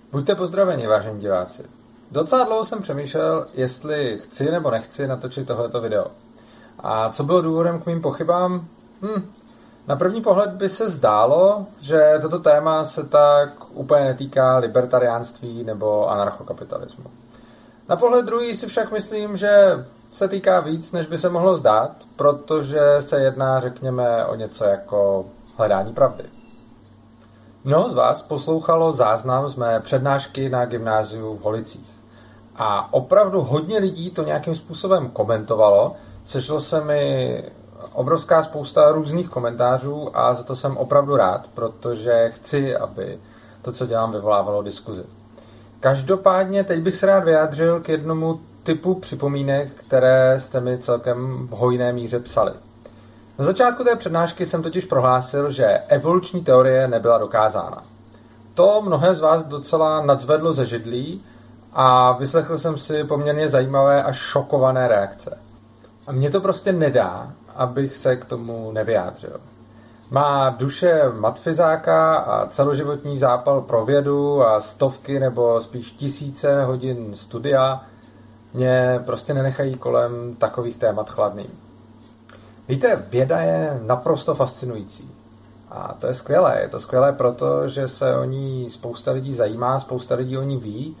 Buďte pozdraveni, vážení diváci. Docela dlouho jsem přemýšlel, jestli chci nebo nechci natočit tohleto video. A co bylo důvodem k mým pochybám? Na první pohled by se zdálo, že toto téma se tak úplně netýká libertariánství nebo anarchokapitalismu. Na pohled druhý si však myslím, že se týká víc, než by se mohlo zdát, protože se jedná, řekněme, o něco jako hledání pravdy. Mnoho z vás poslouchalo záznam z mé přednášky na gymnáziu v Holicích. A opravdu hodně lidí to nějakým způsobem komentovalo. Sešlo se mi obrovská spousta různých komentářů a za to jsem opravdu rád, protože chci, aby to, co dělám, vyvolávalo diskuzi. Každopádně teď bych se rád vyjádřil k jednomu typu připomínek, které jste mi celkem v hojné míře psali. Na začátku té přednášky jsem totiž prohlásil, že evoluční teorie nebyla dokázána. To mnohé z vás docela nadzvedlo ze židlí a vyslechl jsem si poměrně zajímavé až šokované reakce. A mně to prostě nedá, abych se k tomu nevyjádřil. Má duše matfizáka a celoživotní zápal pro vědu a stovky nebo spíš tisíce hodin studia mě prostě nenechají kolem takových témat chladným. Víte, věda je naprosto fascinující. A to je skvělé. Je to skvělé proto, že se o ní spousta lidí zajímá, spousta lidí o ní ví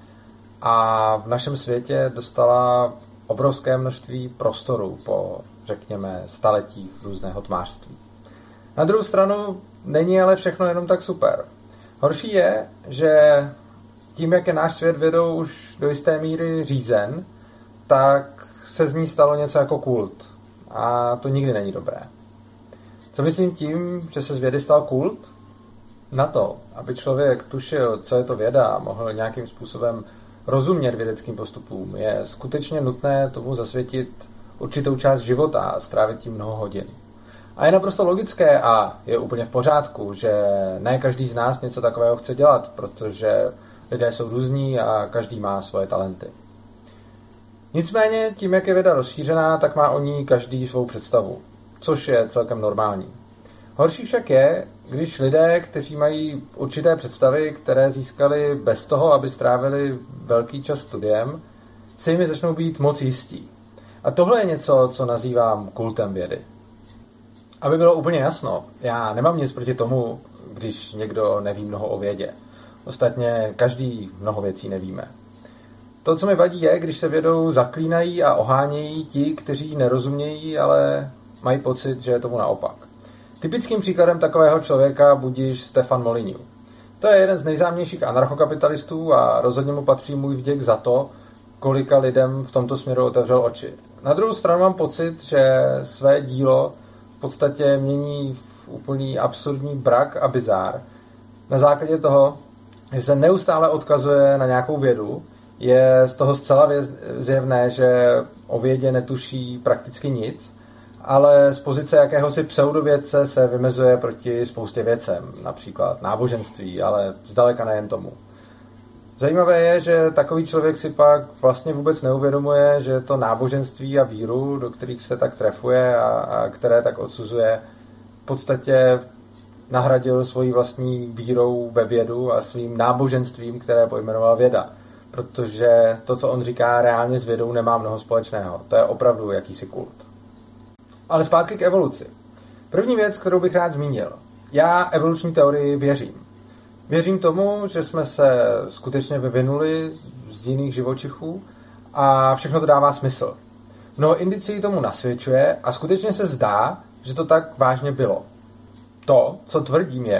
a v našem světě dostala obrovské množství prostoru po, řekněme, staletích různého tmářství. Na druhou stranu není ale všechno jenom tak super. Horší je, že tím, jak je náš svět vědou už do jisté míry řízen, tak se z ní stalo něco jako kult. A to nikdy není dobré. Co myslím tím, že se z vědy stal kult? Na to, aby člověk tušil, co je to věda a mohl nějakým způsobem rozumět vědeckým postupům, je skutečně nutné tomu zasvětit určitou část života a strávit tím mnoho hodin. A je naprosto logické a je úplně v pořádku, že ne každý z nás něco takového chce dělat, protože lidé jsou různí a každý má svoje talenty. Nicméně tím, jak je věda rozšířená, tak má o ní každý svou představu, což je celkem normální. Horší však je, když lidé, kteří mají určité představy, které získali bez toho, aby strávili velký čas studiem, si jimi začnou být moc jistí. A tohle je něco, co nazývám kultem vědy. Aby bylo úplně jasno, já nemám nic proti tomu, když někdo neví mnoho o vědě. Ostatně každý mnoho věcí nevíme. To, co mi vadí, je, když se vědou zaklínají a ohánějí ti, kteří nerozumějí, ale mají pocit, že je tomu naopak. Typickým příkladem takového člověka budíš Stefan Molyneux. To je jeden z nejznámějších anarchokapitalistů a rozhodně mu patří můj vděk za to, kolika lidem v tomto směru otevřel oči. Na druhou stranu mám pocit, že své dílo v podstatě mění v úplný absurdní brak a bizár. Na základě toho, že se neustále odkazuje na nějakou vědu, je z toho zcela zjevné, že o vědě netuší prakticky nic, ale z pozice jakéhosi pseudovědce se vymezuje proti spoustě věcem, například náboženství, ale zdaleka nejen tomu. Zajímavé je, že takový člověk si pak vlastně vůbec neuvědomuje, že to náboženství a víru, do kterých se tak trefuje a které tak odsuzuje, v podstatě nahradil svojí vlastní vírou ve vědu a svým náboženstvím, které pojmenoval věda. Protože to, co on říká, reálně s vědou nemá mnoho společného. To je opravdu jakýsi kult. Ale zpátky k evoluci. První věc, kterou bych rád zmínil. Já evoluční teorii věřím. Věřím tomu, že jsme se skutečně vyvinuli z jiných živočichů a všechno to dává smysl. Mnoho indicí tomu nasvědčuje a skutečně se zdá, že to tak vážně bylo. To, co tvrdím, je,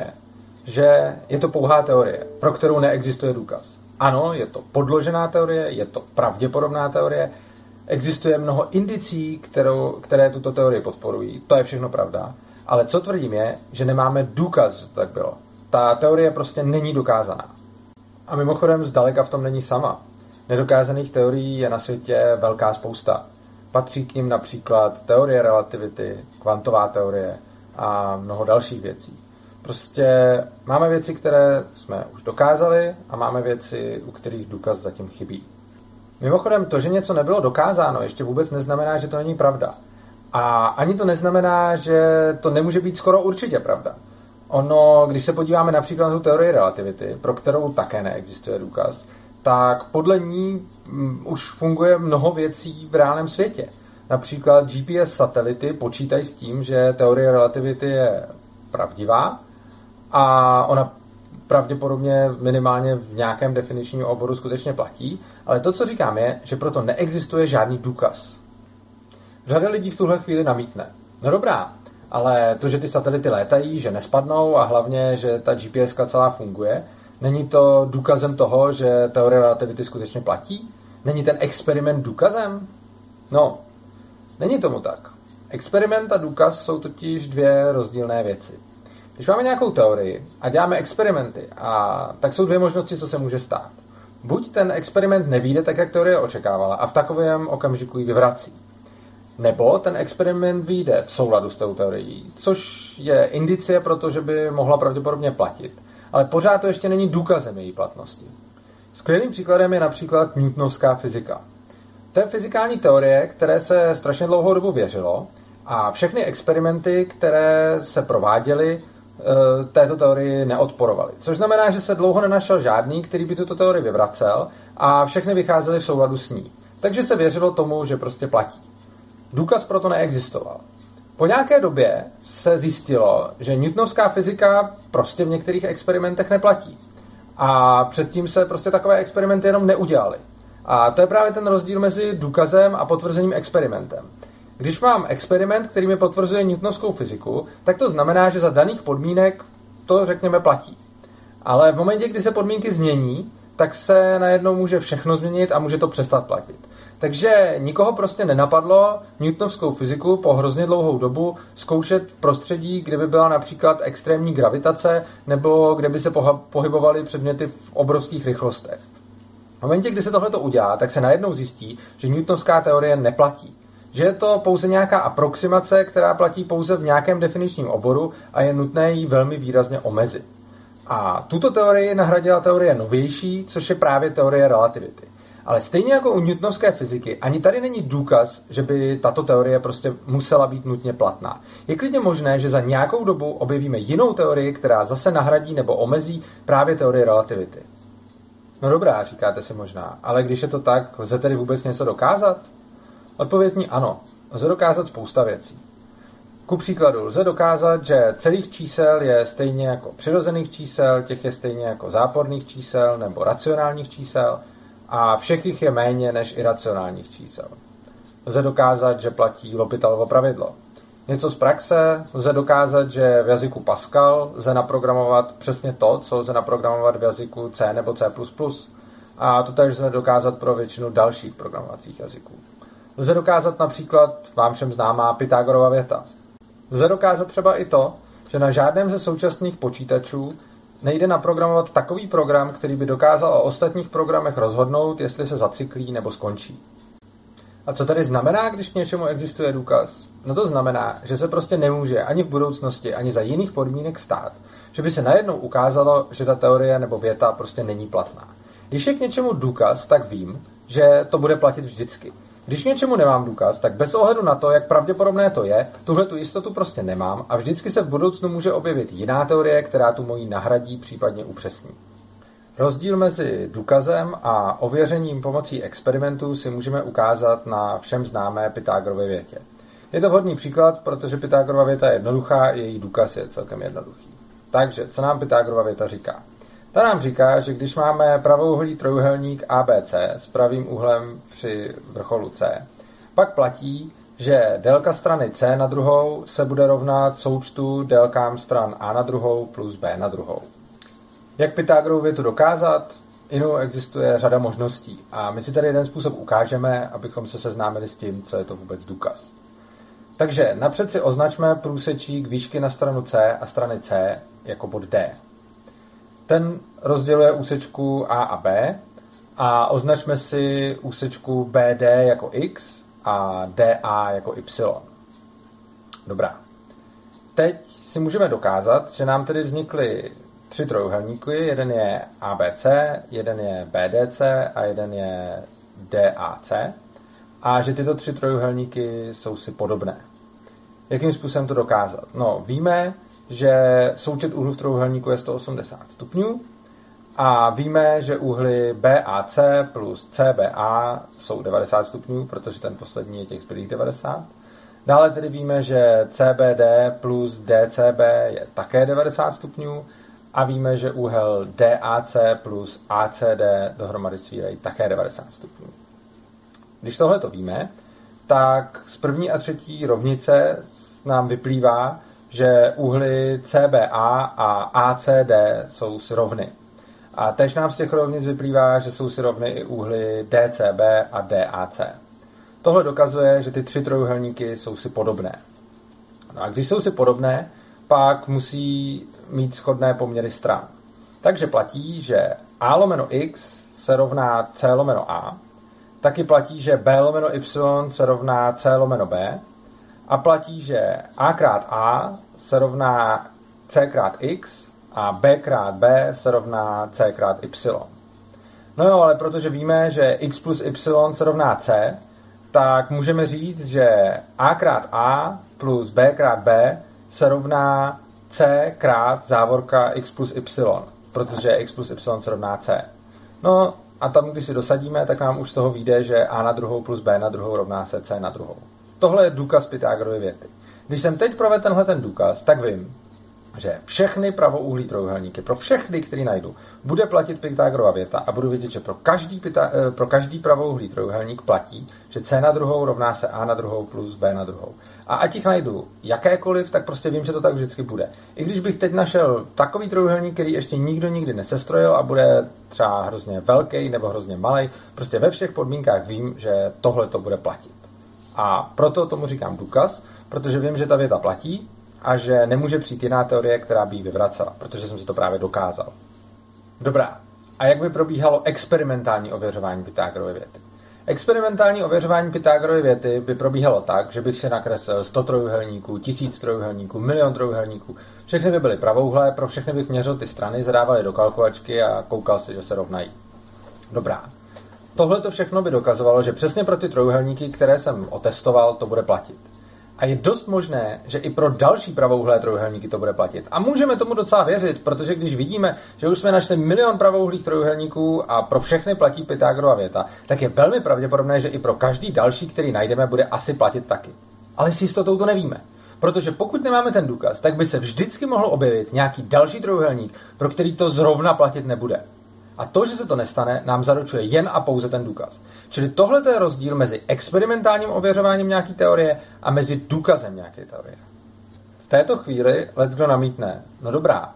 že je to pouhá teorie, pro kterou neexistuje důkaz. Ano, je to podložená teorie, je to pravděpodobná teorie, existuje mnoho indicí, které tuto teorii podporují, to je všechno pravda, ale co tvrdím je, že nemáme důkaz, že to tak bylo. Ta teorie prostě není dokázaná. A mimochodem zdaleka v tom není sama. Nedokázaných teorií je na světě velká spousta. Patří k nim například teorie relativity, kvantová teorie a mnoho dalších věcí. Prostě máme věci, které jsme už dokázali a máme věci, u kterých důkaz zatím chybí. Mimochodem, to, že něco nebylo dokázáno, ještě vůbec neznamená, že to není pravda. A ani to neznamená, že to nemůže být skoro určitě pravda. Ono, když se podíváme například na tu teorii relativity, pro kterou také neexistuje důkaz, tak podle ní už funguje mnoho věcí v reálném světě. Například GPS satelity počítají s tím, že teorie relativity je pravdivá a ona pravděpodobně minimálně v nějakém definičním oboru skutečně platí, ale to, co říkám, je, že proto neexistuje žádný důkaz. Řada lidí v tuhle chvíli namítne. No dobrá, ale to, že ty satelity létají, že nespadnou a hlavně, že ta GPSka celá funguje, není to důkazem toho, že teorie relativity skutečně platí? Není ten experiment důkazem? No, není tomu tak. Experiment a důkaz jsou totiž dvě rozdílné věci. Když máme nějakou teorii a děláme experimenty, tak jsou dvě možnosti, co se může stát. Buď ten experiment nevyjde tak, jak teorie očekávala a v takovém okamžiku ji vyvrací. Nebo ten experiment vyjde v souladu s tou teorií, což je indicie pro to, že by mohla pravděpodobně platit. Ale pořád to ještě není důkazem její platnosti. Skvělým příkladem je například newtonovská fyzika. To je fyzikální teorie, které se strašně dlouhou dobu věřilo a všechny experimenty, které se prováděly, této teorii neodporovaly. Což znamená, že se dlouho nenašel žádný, který by tuto teorii vyvracel a všechny vycházely v souladu s ní. Takže se věřilo tomu, že prostě platí. Důkaz proto neexistoval. Po nějaké době se zjistilo, že newtonovská fyzika prostě v některých experimentech neplatí. A předtím se prostě takové experimenty jenom neudělaly. A to je právě ten rozdíl mezi důkazem a potvrzením experimentem. Když mám experiment, který mi potvrzuje newtonovskou fyziku, tak to znamená, že za daných podmínek to, řekněme, platí. Ale v momentě, kdy se podmínky změní, tak se najednou může všechno změnit a může to přestat platit. Takže nikoho prostě nenapadlo newtonovskou fyziku po hrozně dlouhou dobu zkoušet v prostředí, kde by byla například extrémní gravitace nebo kde by se pohybovaly předměty v obrovských rychlostech. V momentě, kdy se tohleto udělá, tak se najednou zjistí, že newtonovská teorie neplatí. Že je to pouze nějaká aproximace, která platí pouze v nějakém definičním oboru a je nutné ji velmi výrazně omezit. A tuto teorii nahradila teorie novější, což je právě teorie relativity. Ale stejně jako u newtonovské fyziky, ani tady není důkaz, že by tato teorie prostě musela být nutně platná. Je klidně možné, že za nějakou dobu objevíme jinou teorii, která zase nahradí nebo omezí právě teorii relativity. No dobrá, říkáte si možná, ale když je to tak, lze tedy vůbec něco dokázat? Odpověď ní ano, lze dokázat spousta věcí. Ku příkladu lze dokázat, že celých čísel je stejně jako přirozených čísel, těch je stejně jako záporných čísel nebo racionálních čísel a všech jich je méně než iracionálních čísel. Lze dokázat, že platí L'Hopitalova pravidlo. Něco z praxe lze dokázat, že v jazyku Pascal lze naprogramovat přesně to, co lze naprogramovat v jazyku C nebo C++. A to též lze dokázat pro většinu dalších programovacích jazyků. Lze dokázat například vám všem známá Pythagorova věta. Lze dokázat třeba i to, že na žádném ze současných počítačů nejde naprogramovat takový program, který by dokázal o ostatních programech rozhodnout, jestli se zacyklí nebo skončí. A co tady znamená, když k něčemu existuje důkaz? No to znamená, že se prostě nemůže ani v budoucnosti, ani za jiných podmínek stát, že by se najednou ukázalo, že ta teorie nebo věta prostě není platná. Když je k něčemu důkaz, tak vím, že to bude platit vždycky. Když k něčemu nemám důkaz, tak bez ohledu na to, jak pravděpodobné to je, tuhletu jistotu prostě nemám a vždycky se v budoucnu může objevit jiná teorie, která tu moji nahradí, případně upřesní. Rozdíl mezi důkazem a ověřením pomocí experimentů si můžeme ukázat na všem známé Pythagorově větě. Je to vhodný příklad, protože Pythagorova věta je jednoduchá, její důkaz je celkem jednoduchý. Takže, co nám Pythagorova věta říká? Ta nám říká, že když máme pravouhlý trojúhelník ABC s pravým úhlem při vrcholu C, pak platí, že délka strany C na druhou se bude rovnat součtu délkám stran A na druhou plus B na druhou. Jak Pythagorovu větu dokázat? Existuje řada možností a my si tady jeden způsob ukážeme, abychom se seznámili s tím, co je to vůbec důkaz. Takže napřed si označme průsečík výšky na stranu C a strany C jako bod D. Ten rozděluje úsečku A a B a označme si úsečku BD jako X a DA jako Y. Dobrá. Teď si můžeme dokázat, že nám tedy vznikly 3 trojúhelníky, jeden je ABC, jeden je BDC a jeden je DAC a že tyto 3 trojúhelníky jsou si podobné. Jakým způsobem to dokázat? No, víme, že součet úhlů v trojúhelníku je 180 stupňů a víme, že úhly BAC plus CBA jsou 90 stupňů, protože ten poslední je těch zbylých 90. Dále tedy víme, že CBD plus DCB je také 90 stupňů a víme, že úhel DAC plus ACD dohromady svírají také 90 stupňů. Když tohle to víme, tak z první a třetí rovnice nám vyplývá, že úhly CBA a ACD jsou si rovny. A též nám z těch rovnic vyplývá, že jsou si rovny i úhly DCB a DAC. Tohle dokazuje, že ty tři trojúhelníky jsou si podobné. No a když jsou si podobné, pak musí mít shodné poměry stran. Takže platí, že A lomeno X se rovná C lomeno A, taky platí, že B lomeno Y se rovná C lomeno B a platí, že A krát A se rovná C krát X a B krát B se rovná C krát Y. No jo, ale protože víme, že X plus Y se rovná C, tak můžeme říct, že A krát A plus B krát B se rovná C krát závorka X plus Y, protože X plus Y se rovná C. No a tam, když si dosadíme, tak nám už z toho vyjde, že A na druhou plus B na druhou rovná se C na druhou. Tohle je důkaz Pythagorovy věty. Když jsem teď provedl tenhle ten důkaz, tak vím, že všechny pravouhlý trojúhelníky, pro všechny, který najdu, bude platit Pythagorova věta a budu vědět, že pro každý pravouhlý trojúhelník platí, že C na druhou rovná se A na druhou plus B na druhou. A ať jich najdu jakékoliv, tak prostě vím, že to tak vždycky bude. I když bych teď našel takový trojúhelník, který ještě nikdo nikdy nesestrojil a bude třeba hrozně velký nebo hrozně malý, prostě ve všech podmínkách vím, že tohle to bude platit. A proto tomu říkám důkaz, protože vím, že ta věta platí a že nemůže přijít jiná teorie, která by ji vyvracela, protože jsem si to právě dokázal. Dobrá. A jak by probíhalo experimentální ověřování Pythagorovy věty? Experimentální ověřování Pythagorovy věty by probíhalo tak, že bych si nakreslil 100 trojúhelníků, 1000 trojúhelníků, 1 000 000 trojúhelníků. Všechny by byly pravouhlé, pro všechny bych měřil ty strany, zadával je do kalkulačky a koukal si, že se rovnají. Dobrá. Tohle to všechno by dokazovalo, že přesně pro ty trojúhelníky, které jsem otestoval, to bude platit. A je dost možné, že i pro další pravouhlé trojúhelníky to bude platit. A můžeme tomu docela věřit, protože když vidíme, že už jsme našli 1 000 000 pravouhlých trojúhelníků a pro všechny platí Pythagorova věta, tak je velmi pravděpodobné, že i pro každý další, který najdeme, bude asi platit taky. Ale s jistotou to nevíme. Protože pokud nemáme ten důkaz, tak by se vždycky mohl objevit nějaký další trojúhelník, pro který to zrovna platit nebude. A to, že se to nestane, nám zaručuje jen a pouze ten důkaz. Čili tohle je rozdíl mezi experimentálním ověřováním nějaké teorie a mezi důkazem nějaké teorie. V této chvíli leckdo namítne, no dobrá,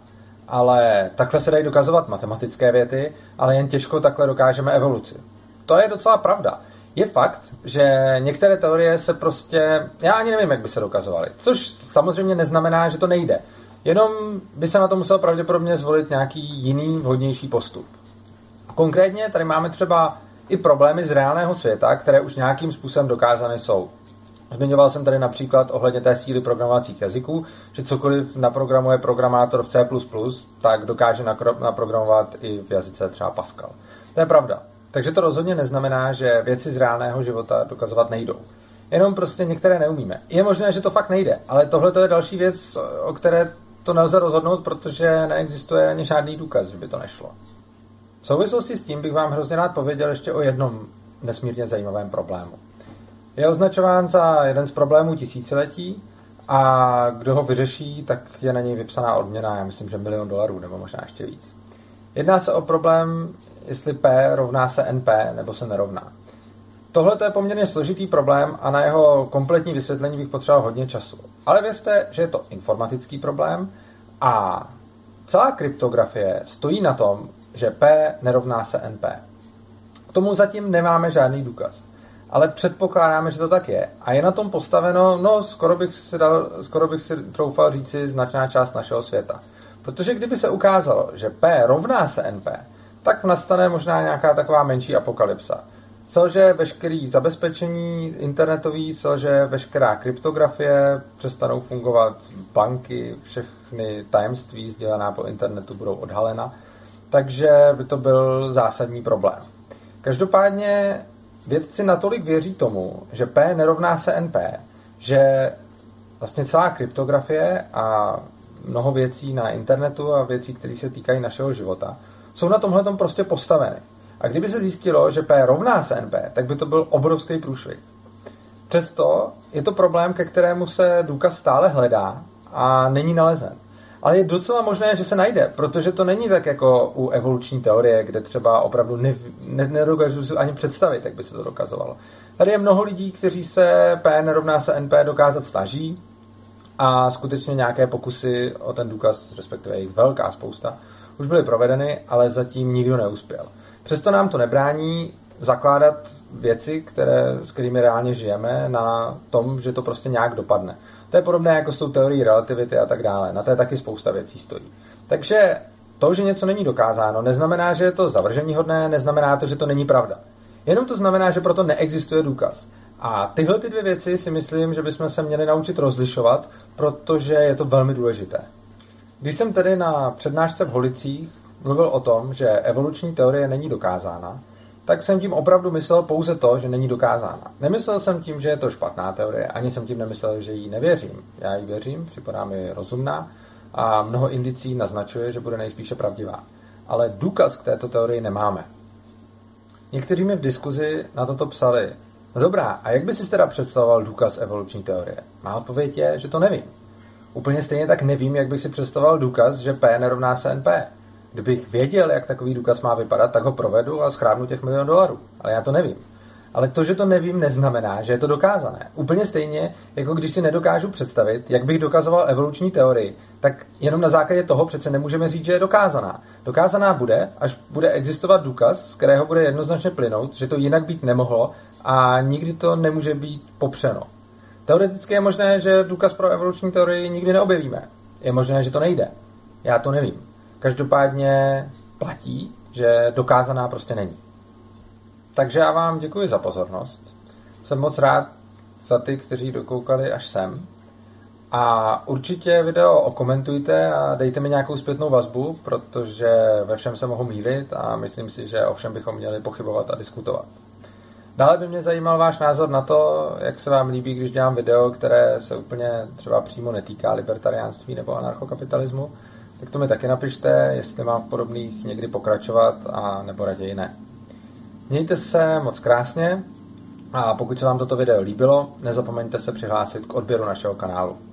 ale takhle se dají dokazovat matematické věty, ale jen těžko takhle dokážeme evoluci. To je docela pravda. Je fakt, že některé teorie se prostě, já ani nevím, jak by se dokazovaly, což samozřejmě neznamená, že to nejde. Jenom by se na to musel pravděpodobně zvolit nějaký jiný, vhodnější postup. Konkrétně tady máme třeba i problémy z reálného světa, které už nějakým způsobem dokázané jsou. Zmiňoval jsem tady například ohledně té síly programovacích jazyků, že cokoliv naprogramuje programátor v C++, tak dokáže naprogramovat i v jazyce třeba Pascal. To je pravda. Takže to rozhodně neznamená, že věci z reálného života dokazovat nejdou. Jenom prostě některé neumíme. Je možné, že to fakt nejde, ale tohle je další věc, o které to nelze rozhodnout, protože neexistuje ani žádný důkaz, že by to nešlo. V souvislosti s tím bych vám hrozně rád pověděl ještě o jednom nesmírně zajímavém problému. Je označován za jeden z problémů tisíciletí a kdo ho vyřeší, tak je na něj vypsaná odměna, já myslím, že $1 000 000 nebo možná ještě víc. Jedná se o problém, jestli P rovná se NP nebo se nerovná. Tohle je poměrně složitý problém a na jeho kompletní vysvětlení bych potřeboval hodně času. Ale věřte, že je to informatický problém a celá kryptografie stojí na tom, že P nerovná se NP. K tomu zatím nemáme žádný důkaz. Ale předpokládáme, že to tak je. A je na tom postaveno, no skoro bych si troufal říci značná část našeho světa. Protože kdyby se ukázalo, že P rovná se NP, tak nastane možná nějaká taková menší apokalypsa. Selže veškerý zabezpečení internetový, selže veškerá kryptografie, přestanou fungovat banky, všechny tajemství sdělená po internetu budou odhalena. Takže by to byl zásadní problém. Každopádně vědci natolik věří tomu, že P nerovná se NP, že vlastně celá kryptografie a mnoho věcí na internetu a věcí, které se týkají našeho života, jsou na tomhletom prostě postaveny. A kdyby se zjistilo, že P rovná se NP, tak by to byl obrovský průšvih. Přesto je to problém, ke kterému se důkaz stále hledá a není nalezen. Ale je docela možné, že se najde, protože to není tak jako u evoluční teorie, kde třeba opravdu nedokážu si ani představit, jak by se to dokazovalo. Tady je mnoho lidí, kteří se P nerovná se NP dokázat snaží a skutečně nějaké pokusy o ten důkaz, respektive jejich velká spousta, už byly provedeny, ale zatím nikdo neuspěl. Přesto nám to nebrání zakládat věci, s kterými reálně žijeme, na tom, že to prostě nějak dopadne. To je podobné jako s tou teorií relativity a tak dále. Na té taky spousta věcí stojí. Takže to, že něco není dokázáno, neznamená, že je to zavrženíhodné, neznamená to, že to není pravda. Jenom to znamená, že proto neexistuje důkaz. A tyhle ty dvě věci si myslím, že bychom se měli naučit rozlišovat, protože je to velmi důležité. Když jsem tedy na přednášce v Holicích mluvil o tom, že evoluční teorie není dokázána, tak jsem tím opravdu myslel pouze to, že není dokázána. Nemyslel jsem tím, že je to špatná teorie, ani jsem tím nemyslel, že jí nevěřím. Já jí věřím, připadá mi rozumná a mnoho indicí naznačuje, že bude nejspíše pravdivá. Ale důkaz k této teorii nemáme. Někteří mi v diskuzi na toto psali: no dobrá, a jak by si teda představoval důkaz evoluční teorie? Má odpověď je, že to nevím. Úplně stejně tak nevím, jak bych si představoval důkaz, že P nerovná se NP. Kdybych věděl, jak takový důkaz má vypadat, tak ho provedu a schrábnu těch $1 000 000. Ale já to nevím. Ale to, že to nevím, neznamená, že je to dokázané. Úplně stejně, jako když si nedokážu představit, jak bych dokazoval evoluční teorii, tak jenom na základě toho přece nemůžeme říct, že je dokázaná. Dokázaná bude, až bude existovat důkaz, z kterého bude jednoznačně plynout, že to jinak být nemohlo a nikdy to nemůže být popřeno. Teoreticky je možné, že důkaz pro evoluční teorii nikdy neobjevíme. Je možné, že to nejde. Já to nevím. Každopádně platí, že dokázaná prostě není. Takže já vám děkuji za pozornost. Jsem moc rád za ty, kteří dokoukali až sem. A určitě video okomentujte a dejte mi nějakou zpětnou vazbu, protože ve všem se mohu mýlit a myslím si, že o všem bychom měli pochybovat a diskutovat. Dále by mě zajímal váš názor na to, jak se vám líbí, když dělám video, které se úplně třeba přímo netýká libertariánství nebo anarchokapitalismu. Tak to mi taky napište, jestli mám v podobných někdy pokračovat a nebo raději ne. Mějte se moc krásně a pokud se vám toto video líbilo, nezapomeňte se přihlásit k odběru našeho kanálu.